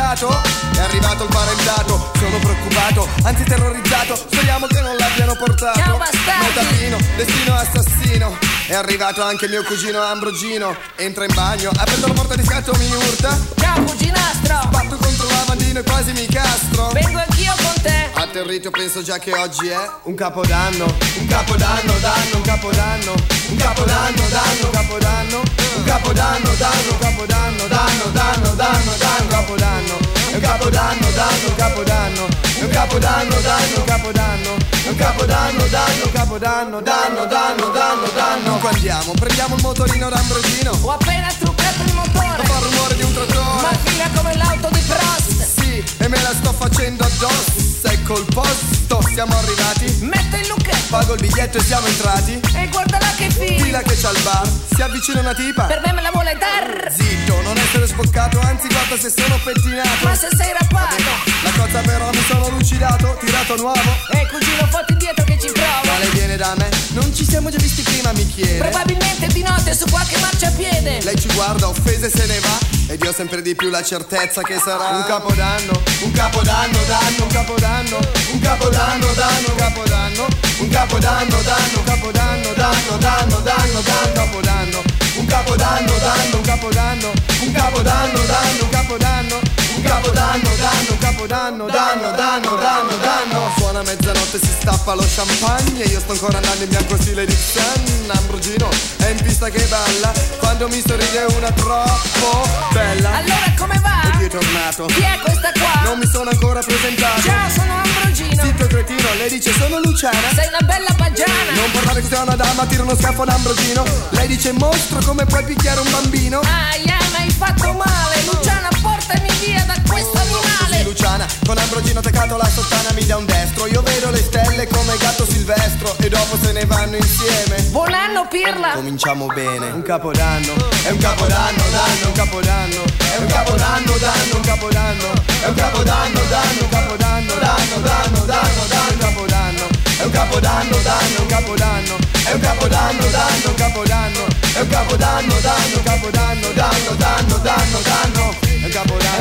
Speaker 5: scontato. È arrivato il parentato, sono preoccupato, anzi terrorizzato. Speriamo che non l'abbiano portato.
Speaker 6: Ciao bastardi!
Speaker 5: Metapino, destino assassino. È arrivato anche mio cugino Ambrogino. Entra in bagno, aprendo la porta di scatto mi urta.
Speaker 6: Ciao cuginastro!
Speaker 5: Sbatto contro lavandino e quasi mi castro.
Speaker 6: Vengo anch'io con te!
Speaker 5: Atterrito penso già che oggi è un capodanno. Un capodanno, danno, un capodanno. Un capodanno, danno, capodanno. Un capodanno, danno, capodanno. Danno, danno, danno, danno, capodanno. È un capodanno, danno, capodanno. È un capodanno, danno, capodanno. È un capodanno, danno, capodanno. Danno, danno, danno, danno. Dunque andiamo, prendiamo il motorino d'Ambrogino.
Speaker 6: Ho appena truccato il motore!
Speaker 5: Fa il rumore di un trattore.
Speaker 6: Ma fila come l'auto di Prost!
Speaker 5: Sì, e me la sto facendo addosso. Ecco il posto, siamo arrivati.
Speaker 6: Metto il lucchetto!
Speaker 5: Pago il biglietto e siamo entrati.
Speaker 6: E guardala che
Speaker 5: Fila che c'ha il bar, si avvicina una tipa.
Speaker 6: Per me la vuole dar!
Speaker 5: Zitto, non essere sboccato, anzi guarda se sono pettinato.
Speaker 6: Ma se sei rappato!
Speaker 5: La cosa però mi sono lucidato, tirato nuovo.
Speaker 6: Cugino, fotti indietro che ci provo!
Speaker 5: Quale viene da me? Non ci siamo già visti prima, mi chiede.
Speaker 6: Probabilmente di notte su qualche marciapiede!
Speaker 5: Lei ci guarda, offesa e se ne va. Ed io ho sempre di più la certezza che sarà un capodanno, un capodanno, danno, un capodanno, un capodanno, danno, un capodanno, un capodanno, danno, un capodanno, danno, danno, danno, danno, capodanno, un capodanno, danno, un capodanno, un capodanno, danno, un capodanno, un capodanno, danno, un capodanno, danno, danno, danno, danno. Suona mezzanotte, si stappa lo champagne e io sto ancora andando in bianco stile di Sun. Ambrogino è in pista che balla, quando mi sorride una troppo bella.
Speaker 6: Allora come va?
Speaker 5: Oddio è tornato.
Speaker 6: Chi è questa qua?
Speaker 5: Non mi sono ancora presentato.
Speaker 6: Ciao, sono Ambrogino!
Speaker 5: Zitto cretino, lei dice sono Luciana.
Speaker 6: Sei una bella baggiana!
Speaker 5: Non parlare che sei una dama, tira uno schiaffo ad Ambrogino. Lei dice mostro, come puoi picchiare un bambino?
Speaker 6: Aia, mi hai fatto male! Luciana, portami via da questo animale!
Speaker 5: Luciana, con Ambrogino attaccato la sottana mi dà un destro. Io vedo le stelle come gatto silvestro e dopo se ne vanno insieme.
Speaker 6: Buon anno Pirla!
Speaker 5: Cominciamo bene. Un capodanno, è un capodanno, danno, un capodanno. È un capodanno, danno, un capodanno. È un capodanno, danno, un capodanno. Danno, danno, danno, danno, capodanno. È un capodanno, danno, un capodanno. È un capodanno, danno, un capodanno. È un capodanno, danno, capodanno. Danno, danno, danno, danno. È un capodanno,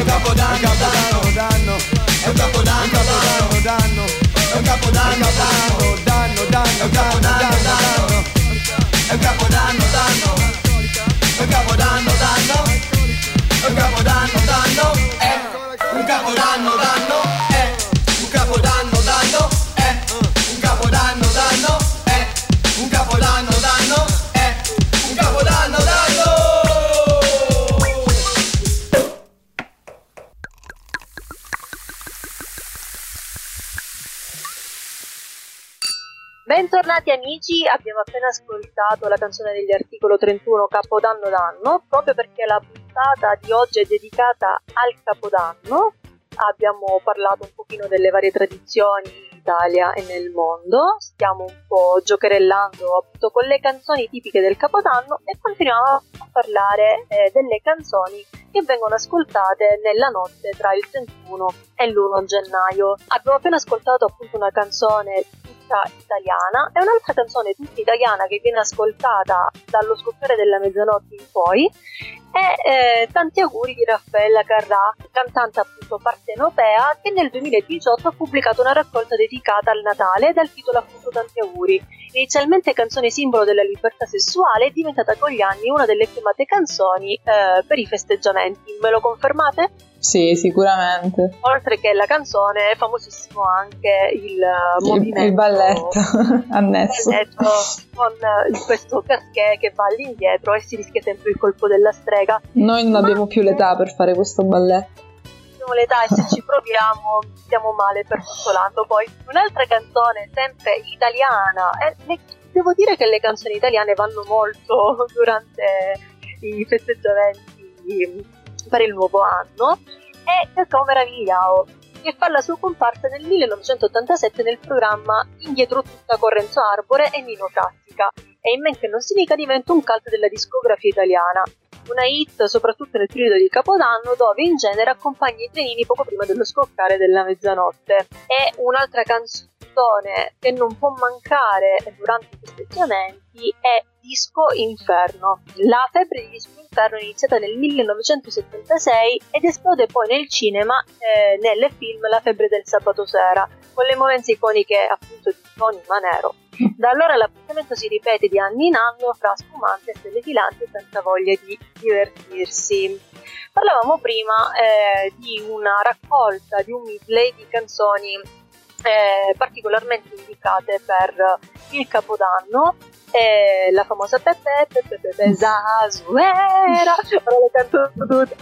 Speaker 5: danno, danno. È un capodanno, danno. È un capodanno, danno, danno, danno. È un capodanno, danno. È un capodanno, danno. È un capodanno, danno. È un capodanno, danno. È un capodanno, danno. È un capodanno, danno. È un capodanno, danno. È un capodanno, danno. È un capodanno, danno.
Speaker 4: Bentornati amici, abbiamo appena ascoltato la canzone degli Articolo 31 Capodanno d'anno, proprio perché la puntata di oggi è dedicata al Capodanno. Abbiamo parlato un pochino delle varie tradizioni in Italia e nel mondo, stiamo un po' giocherellando appunto con le canzoni tipiche del Capodanno e continuiamo a parlare delle canzoni che vengono ascoltate nella notte tra il 31 e l'1 gennaio. Abbiamo appena ascoltato appunto una canzone tutta italiana e un'altra canzone tutta italiana che viene ascoltata dallo scocchiere della mezzanotte in poi è Tanti auguri di Raffaella Carrà, cantante appunto partenopea, che nel 2018 ha pubblicato una raccolta dedicata al Natale dal titolo appunto Tanti auguri. Inizialmente canzone simbolo della libertà sessuale, è diventata con gli anni una delle più amate canzoni per i festeggiamenti. Me lo confermate?
Speaker 2: Sì, sicuramente.
Speaker 4: Oltre che la canzone è famosissimo anche il movimento,
Speaker 2: il balletto annesso.
Speaker 4: Con questo casquet che va all'indietro e si rischia sempre il colpo della strega.
Speaker 2: Noi non abbiamo più l'età per fare questo balletto.
Speaker 4: Abbiamo l'età e se ci proviamo stiamo male per tutto l'anno. Poi un'altra canzone sempre italiana, devo dire che le canzoni italiane vanno molto durante i festeggiamenti per il nuovo anno, è Cacao Meravigliao, che fa la sua comparsa nel 1987 nel programma Indietro tutta con Renzo Arbore e Nino Cassica, e in men che non si dica diventa un cult della discografia italiana. Una hit soprattutto nel periodo di Capodanno, dove in genere accompagna i trenini poco prima dello scoccare della mezzanotte. E un'altra canzone canzone che non può mancare durante i festeggiamenti è Disco Inferno. La febbre di Disco Inferno è iniziata nel 1976 ed esplode poi nel cinema nel film La febbre del sabato sera, con le movenze iconiche appunto di Tony Manero. Da allora l'appuntamento si ripete di anno in anno fra spumante e stelle filanti e senza voglia di divertirsi. Parlavamo prima di una raccolta, di un medley di canzoni particolarmente indicate per il Capodanno, la famosa Pepe Zasuera, ora le canto tutte,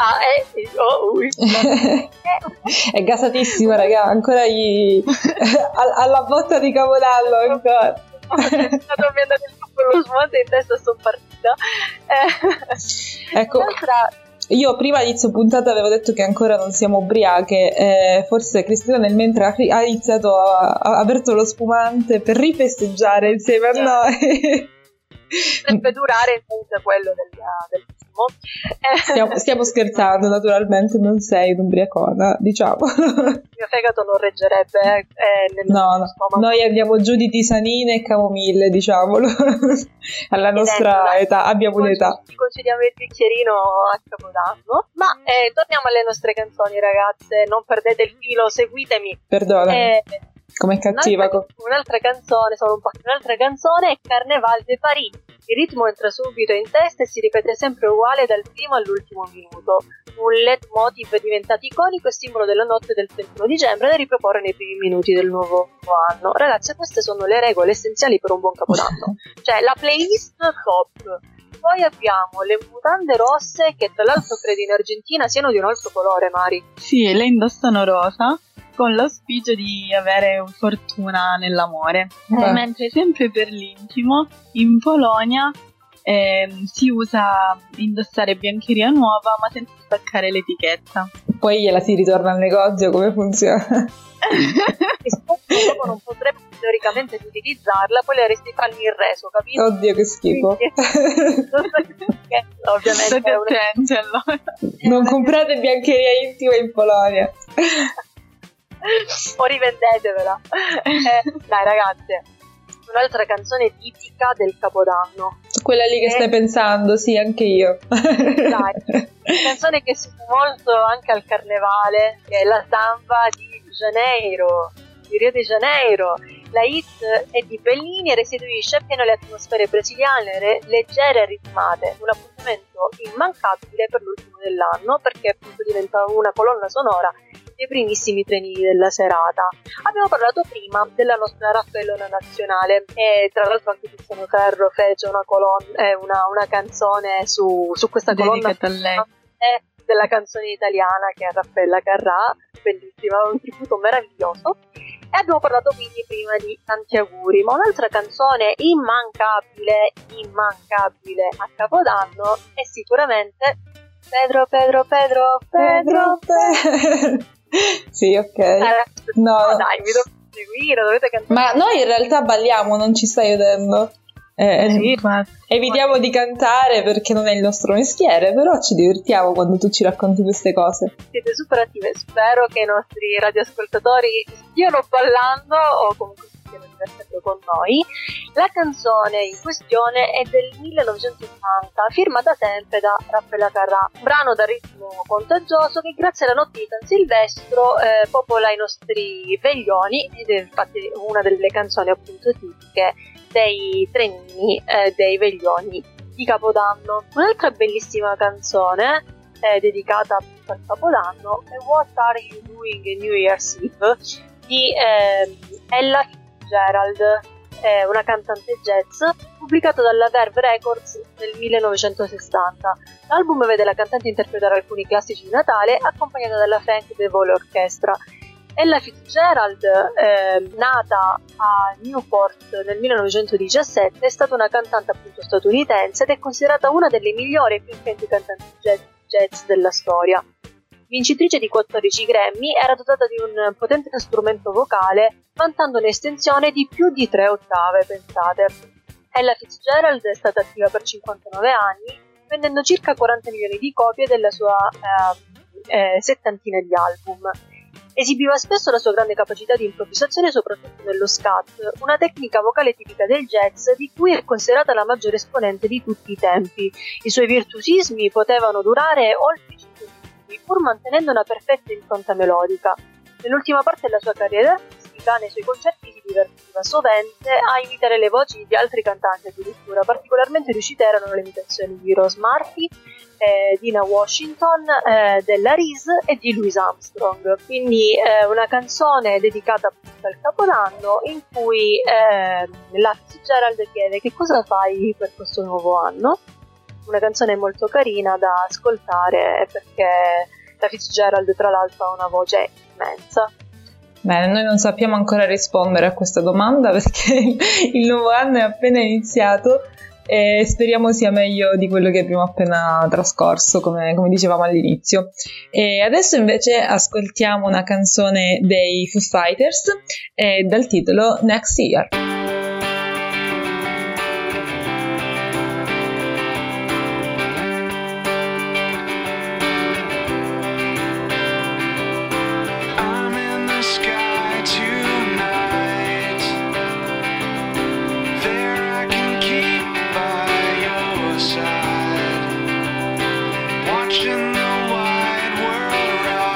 Speaker 2: è gasatissima, raga, ancora alla botta di Capodanno ancora.
Speaker 4: Sto dormendo con lo smonte in testa, sono partita.
Speaker 2: Ecco, io prima inizio puntata avevo detto che ancora non siamo ubriache, forse Cristina nel mentre ha iniziato ha aperto lo spumante per rifesteggiare insieme a noi.
Speaker 4: Potrebbe durare invece quello del primo.
Speaker 2: Stiamo scherzando, naturalmente, non sei un'ubriacona, diciamo.
Speaker 4: Il mio fegato non reggerebbe nel stomaco.
Speaker 2: Noi andiamo giù di tisanine e camomille, diciamolo. Alla nostra età, abbiamo un'età.
Speaker 4: Ci concediamo il bicchierino a Capodanno. Ma torniamo alle nostre canzoni, ragazze. Non perdete il filo, seguitemi.
Speaker 2: Perdonami. Come cattiva.
Speaker 4: Un'altra canzone è Carnaval de Paris. Il ritmo entra subito in testa e si ripete sempre uguale dal primo all'ultimo minuto. Un leitmotiv diventato iconico e simbolo della notte del 31 dicembre da riproporre nei primi minuti del nuovo anno. Ragazzi, queste sono le regole essenziali per un buon Capodanno. Cioè, la playlist top. Poi abbiamo le mutande rosse, che tra l'altro credo in Argentina siano di un altro colore, Mari.
Speaker 3: Sì, le indossano rosa, con l'auspicio di avere fortuna nell'amore. Mentre sempre per l'intimo, in Polonia si usa indossare biancheria nuova ma senza staccare l'etichetta.
Speaker 2: Poi gliela si ritorna al negozio, come funziona?
Speaker 4: Dopo non potrebbe teoricamente utilizzarla, poi le resti farmi il reso, capito?
Speaker 2: Oddio, che schifo.
Speaker 4: Ovviamente
Speaker 3: allora.
Speaker 2: Non comprate biancheria intima in Polonia.
Speaker 4: O rivendetevela. Dai, ragazze, un'altra canzone tipica del Capodanno.
Speaker 2: Quella lì che stai pensando, sì, anche io.
Speaker 4: Dai, una canzone che si fa molto anche al carnevale, che è la samba di Rio de Janeiro. La hit è di Bellini e restituisce appieno le atmosfere brasiliane leggere e ritmate, un appuntamento immancabile per l'ultimo dell'anno, perché appunto diventa una colonna sonora dei primissimi treni della serata. Abbiamo parlato prima della nostra Raffaellona nazionale e tra l'altro anche Tiziano Ferro fece una canzone su questa colonna della canzone italiana, che è Raffaella Carrà, bellissima, un tributo meraviglioso. E abbiamo parlato quindi prima di Tanti auguri, ma un'altra canzone immancabile a Capodanno è sicuramente Pedro.
Speaker 2: Sì, ok.
Speaker 4: No, dai, mi dovete seguire, dovete cantare.
Speaker 2: Ma noi in realtà balliamo, non ci stai vedendo?
Speaker 3: Sì,
Speaker 2: evitiamo di cantare perché non è il nostro mestiere, però ci divertiamo quando tu ci racconti queste cose.
Speaker 4: Siete super attive, spero che i nostri radioascoltatori stiano ballando o comunque si stiano divertendo con noi. La canzone in questione è del 1980, firmata sempre da Raffaella Carrà, un brano da ritmo contagioso che grazie alla notte di San Silvestro popola i nostri veglioni ed è infatti una delle canzoni appunto tipiche dei trenini dei veglioni di Capodanno. Un'altra bellissima canzone dedicata appunto al Capodanno è What Are You Doing a New Year's Eve di Ella Fitzgerald, una cantante jazz, pubblicato dalla Verve Records nel 1960. L'album vede la cantante interpretare alcuni classici di Natale accompagnata dalla Frank DeVol Orchestra. Ella Fitzgerald, nata a Newport nel 1917, è stata una cantante appunto statunitense ed è considerata una delle migliori e più influenti cantanti jazz della storia. Vincitrice di 14 Grammy, era dotata di un potente strumento vocale, vantando un'estensione di più di 3 ottave, pensate. Ella Fitzgerald è stata attiva per 59 anni, vendendo circa 40 milioni di copie della sua settantina di album. Esibiva spesso la sua grande capacità di improvvisazione, soprattutto nello scat, una tecnica vocale tipica del jazz di cui è considerata la maggiore esponente di tutti i tempi. I suoi virtuosismi potevano durare oltre 5 minuti, pur mantenendo una perfetta impronta melodica. Nell'ultima parte della sua carriera artistica, nei suoi concerti si divertiva sovente a imitare le voci di altri cantanti addirittura. Particolarmente riuscite erano le imitazioni di Rose Martin, Dina Washington, della Reese e di Louis Armstrong. Quindi una canzone dedicata appunto al Capodanno, in cui la Fitzgerald chiede: che cosa fai per questo nuovo anno? Una canzone molto carina da ascoltare, perché la Fitzgerald tra l'altro ha una voce immensa.
Speaker 2: Bene, noi non sappiamo ancora rispondere a questa domanda perché il nuovo anno è appena iniziato e speriamo sia meglio di quello che abbiamo appena trascorso, come dicevamo all'inizio. E adesso invece ascoltiamo una canzone dei Foo Fighters dal titolo Next Year.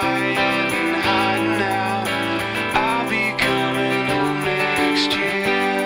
Speaker 7: I'll be coming home next year.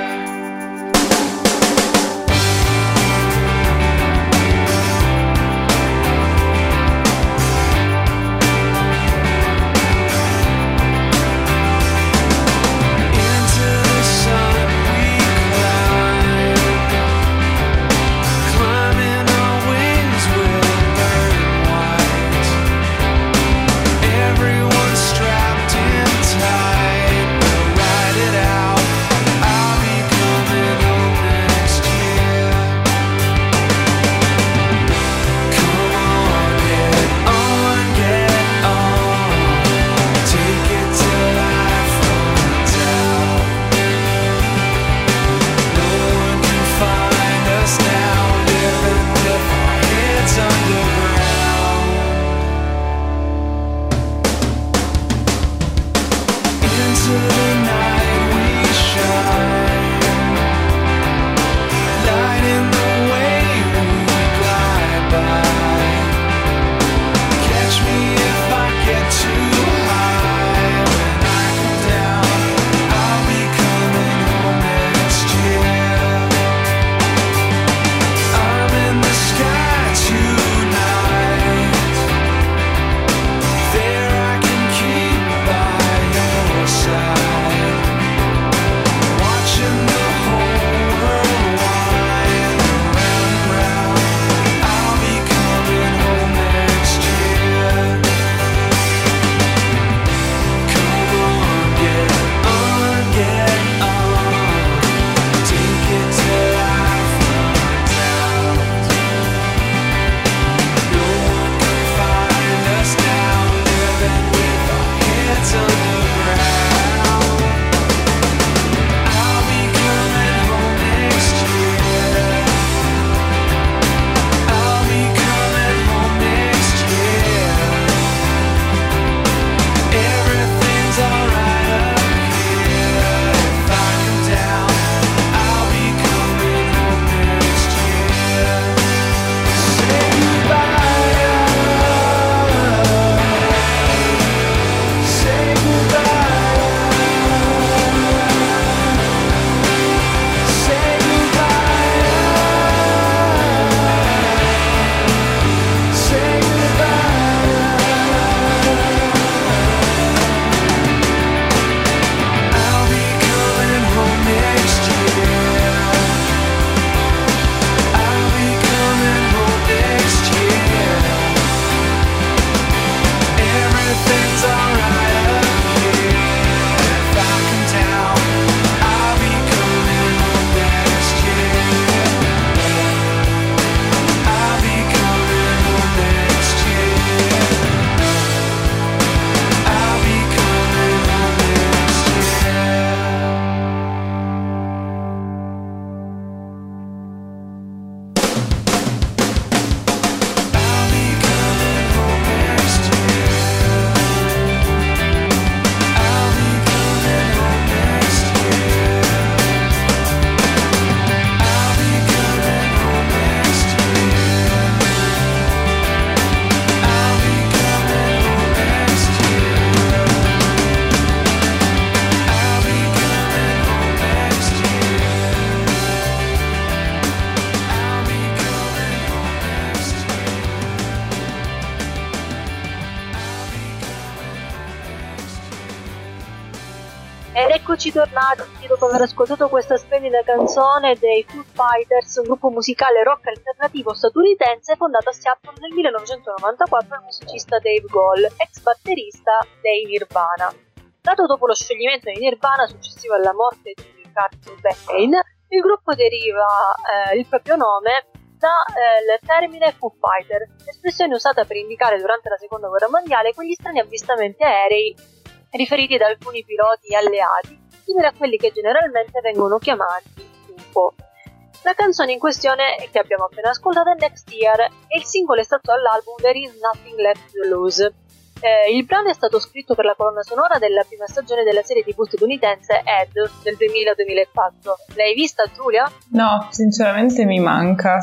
Speaker 4: Eccoci tornati dopo aver ascoltato questa splendida canzone dei Foo Fighters, un gruppo musicale rock alternativo statunitense fondato a Seattle nel 1994 dal musicista Dave Grohl, ex batterista dei Nirvana. Nato dopo lo scioglimento di Nirvana successivo alla morte di Kurt Cobain, il gruppo deriva il proprio nome dal termine Foo Fighter, espressione usata per indicare durante la seconda guerra mondiale quegli strani avvistamenti aerei riferiti da alcuni piloti alleati, simili a quelli che generalmente vengono chiamati UFO. La canzone in questione che abbiamo appena ascoltato è Next Year e il singolo è stato dall'album There Is Nothing Left to Lose. Il brano è stato scritto per la colonna sonora della prima stagione della serie TV statunitense Ed del 2000-2004. L'hai vista, Giulia?
Speaker 2: No, sinceramente mi manca,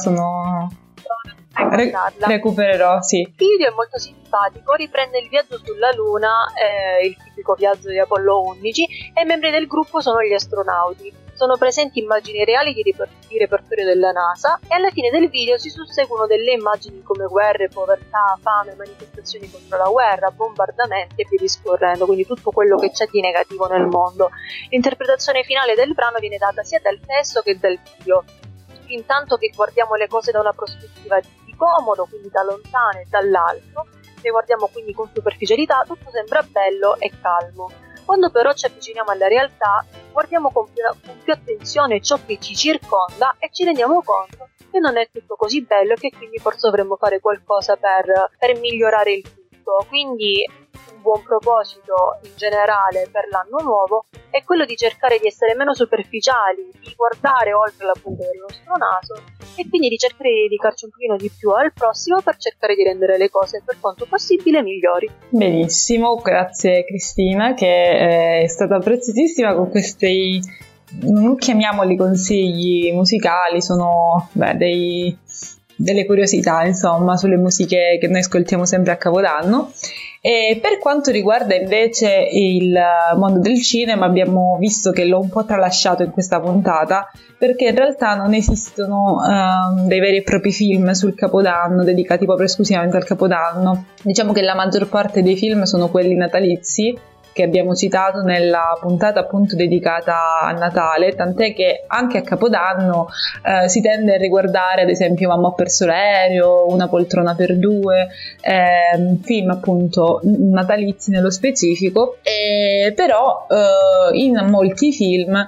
Speaker 2: recupererò, sì.
Speaker 4: Il video è molto simpatico, riprende il viaggio sulla Luna, il tipico viaggio di Apollo 11, e i membri del gruppo sono gli astronauti. Sono presenti immagini reali di repertorio della NASA e alla fine del video si susseguono delle immagini come guerre, povertà, fame, manifestazioni contro la guerra, bombardamenti e via discorrendo, quindi tutto quello che c'è di negativo nel mondo. L'interpretazione finale del brano viene data sia dal testo che dal video. Intanto che guardiamo le cose da una prospettiva di comodo, quindi da lontano e dall'alto, le guardiamo quindi con superficialità, tutto sembra bello e calmo. Quando però ci avviciniamo alla realtà, guardiamo con più attenzione ciò che ci circonda e ci rendiamo conto che non è tutto così bello e che quindi forse dovremmo fare qualcosa per migliorare il tutto. Quindi un buon proposito in generale per l'anno nuovo è quello di cercare di essere meno superficiali, di guardare oltre la punta del nostro naso e quindi di cercare di dedicarci un pochino di più al prossimo per cercare di rendere le cose per quanto possibile migliori.
Speaker 2: Benissimo, grazie Cristina, che è stata preziosissima con questi, non chiamiamoli consigli musicali, sono delle curiosità insomma sulle musiche che noi ascoltiamo sempre a Capodanno. E per quanto riguarda invece il mondo del cinema, abbiamo visto che l'ho un po' tralasciato in questa puntata perché in realtà non esistono dei veri e propri film sul Capodanno dedicati proprio esclusivamente al Capodanno. Diciamo che la maggior parte dei film sono quelli natalizi che abbiamo citato nella puntata appunto dedicata a Natale, tant'è che anche a Capodanno si tende a riguardare ad esempio Mamma ho perso l'aereo, Una poltrona per due, film appunto natalizi nello specifico, però in molti film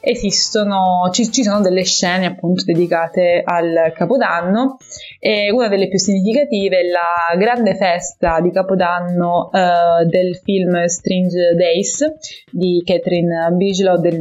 Speaker 2: ci sono delle scene appunto dedicate al Capodanno e una delle più significative è la grande festa di Capodanno del film Strange Days di Catherine Bigelow del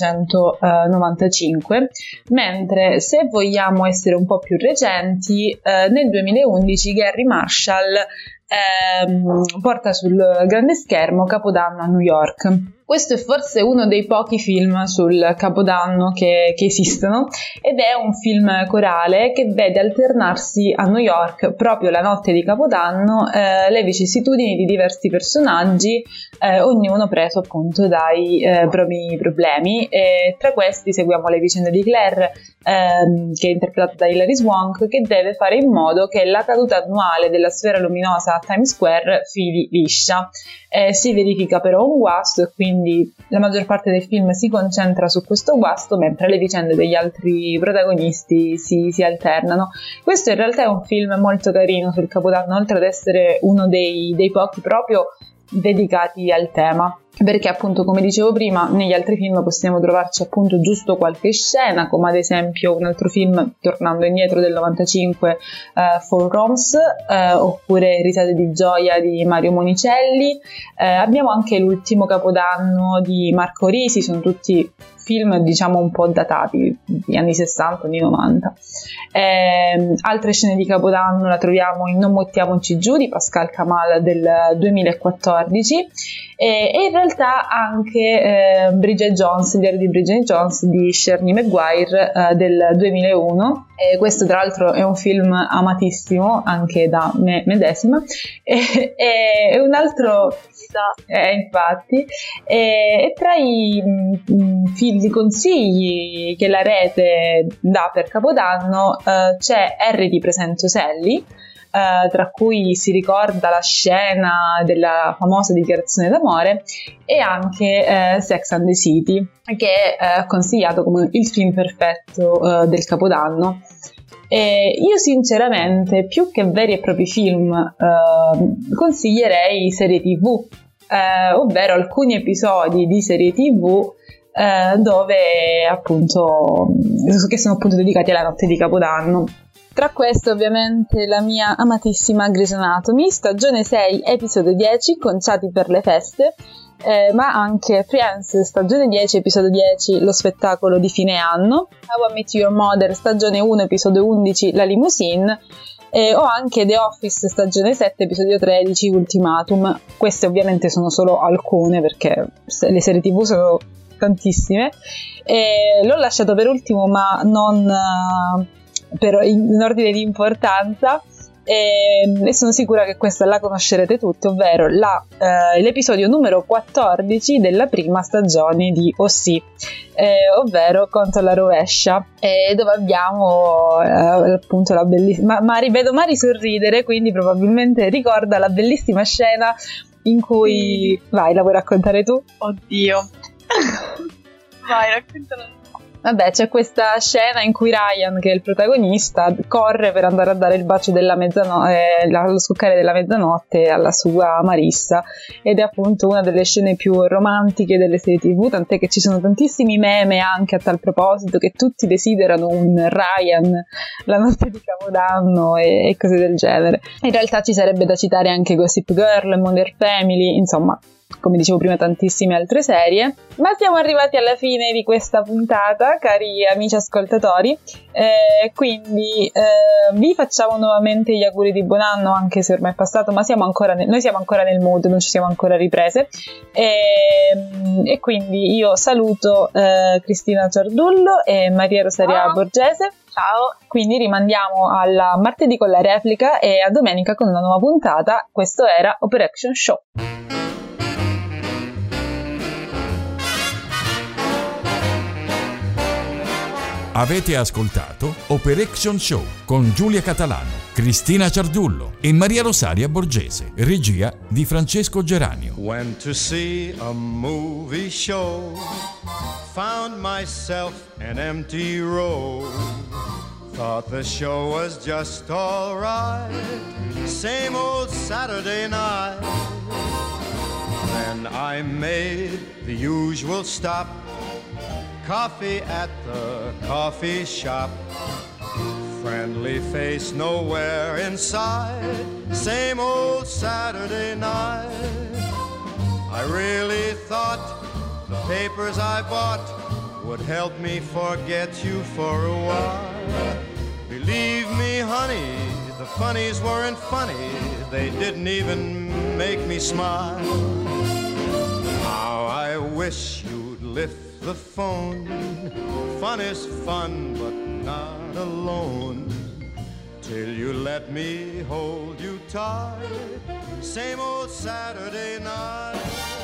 Speaker 2: 1995, mentre se vogliamo essere un po' più recenti, nel 2011 Garry Marshall porta sul grande schermo Capodanno a New York. Questo è forse uno dei pochi film sul Capodanno che esistono ed è un film corale che vede alternarsi a New York proprio la notte di Capodanno le vicissitudini di diversi personaggi, ognuno preso appunto dai propri problemi, e tra questi seguiamo le vicende di Claire, che è interpretata da Hilary Swank, che deve fare in modo che la caduta annuale della sfera luminosa a Times Square fili liscia. Si verifica però un guasto e quindi la maggior parte del film si concentra su questo guasto, mentre le vicende degli altri protagonisti si alternano. Questo in realtà è un film molto carino sul Capodanno, oltre ad essere uno dei pochi proprio dedicati al tema, perché appunto, come dicevo prima, negli altri film possiamo trovarci appunto giusto qualche scena, come ad esempio un altro film, tornando indietro, del 95, Four Rooms, oppure Risate di gioia di Mario Monicelli. Abbiamo anche L'ultimo Capodanno di Marco Risi, sono tutti film diciamo un po' datati, gli anni 60, anni 90. Altre scene di Capodanno la troviamo in Non mettiamoci giù di Pascal Camal del 2014 e in realtà anche Bridget Jones, il diario di Bridget Jones di Shirley Maguire del 2001. Questo tra l'altro è un film amatissimo anche da me medesima, e un altro infatti, e tra i consigli che la rete dà per Capodanno c'è Harry di Presento Sally, tra cui si ricorda la scena della famosa dichiarazione d'amore e anche Sex and the City, che è consigliato come il film perfetto del Capodanno. E io sinceramente, più che veri e propri film, consiglierei serie TV, ovvero alcuni episodi di serie TV dove appunto che sono appunto dedicati alla notte di Capodanno. Tra queste ovviamente la mia amatissima Grey's Anatomy, stagione 6, episodio 10, Conciati per le feste, ma anche Friends, stagione 10, episodio 10, lo spettacolo di fine anno, How I Met Your Mother, stagione 1, episodio 11, la limousine, o anche The Office, stagione 7, episodio 13, Ultimatum. Queste ovviamente sono solo alcune, perché le serie TV sono tantissime. L'ho lasciato per ultimo, ma non in ordine di importanza, e sono sicura che questa la conoscerete tutti, ovvero l'episodio numero 14 della prima stagione di O.C., ovvero Conto alla rovescia, dove abbiamo appunto la bellissima, vedo Mari sorridere, quindi probabilmente ricorda la bellissima scena in cui... Vai, la vuoi raccontare tu?
Speaker 3: Oddio. Vai, raccontala.
Speaker 2: Vabbè, c'è questa scena in cui Ryan, che è il protagonista, corre per andare a dare il bacio della mezzanotte, lo scoccare della mezzanotte alla sua Marissa, ed è appunto una delle scene più romantiche delle serie TV, tant'è che ci sono tantissimi meme anche a tal proposito, che tutti desiderano un Ryan la notte di Capodanno e cose del genere. In realtà ci sarebbe da citare anche Gossip Girl, Modern Family, insomma, come dicevo prima, tantissime altre serie. Ma siamo arrivati alla fine di questa puntata, cari amici ascoltatori, quindi vi facciamo nuovamente gli auguri di buon anno, anche se ormai è passato, ma noi siamo ancora nel mood, non ci siamo ancora riprese, e quindi io saluto Cristina Ciardullo e Maria Rosaria Borgese.
Speaker 4: Ciao.
Speaker 2: Quindi rimandiamo alla martedì con la replica e a domenica con una nuova puntata. Questo era Operation Show.
Speaker 1: Avete ascoltato Operation Show con Giulia Catalano, Cristina Ciardullo e Maria Rosaria Borgese, regia di Francesco Geranio.
Speaker 5: Went to see a movie show, found myself an empty row, thought the show was just alright, same old Saturday night. Then I made the usual stop, coffee at the coffee shop, friendly face nowhere inside, same old Saturday night. I really thought the papers I bought would help me forget you for a while. Believe me, honey, the funnies weren't funny, they didn't even make me smile. How I wish you'd lift the phone. Fun is fun, but not alone, till you let me hold you tight, same old Saturday night.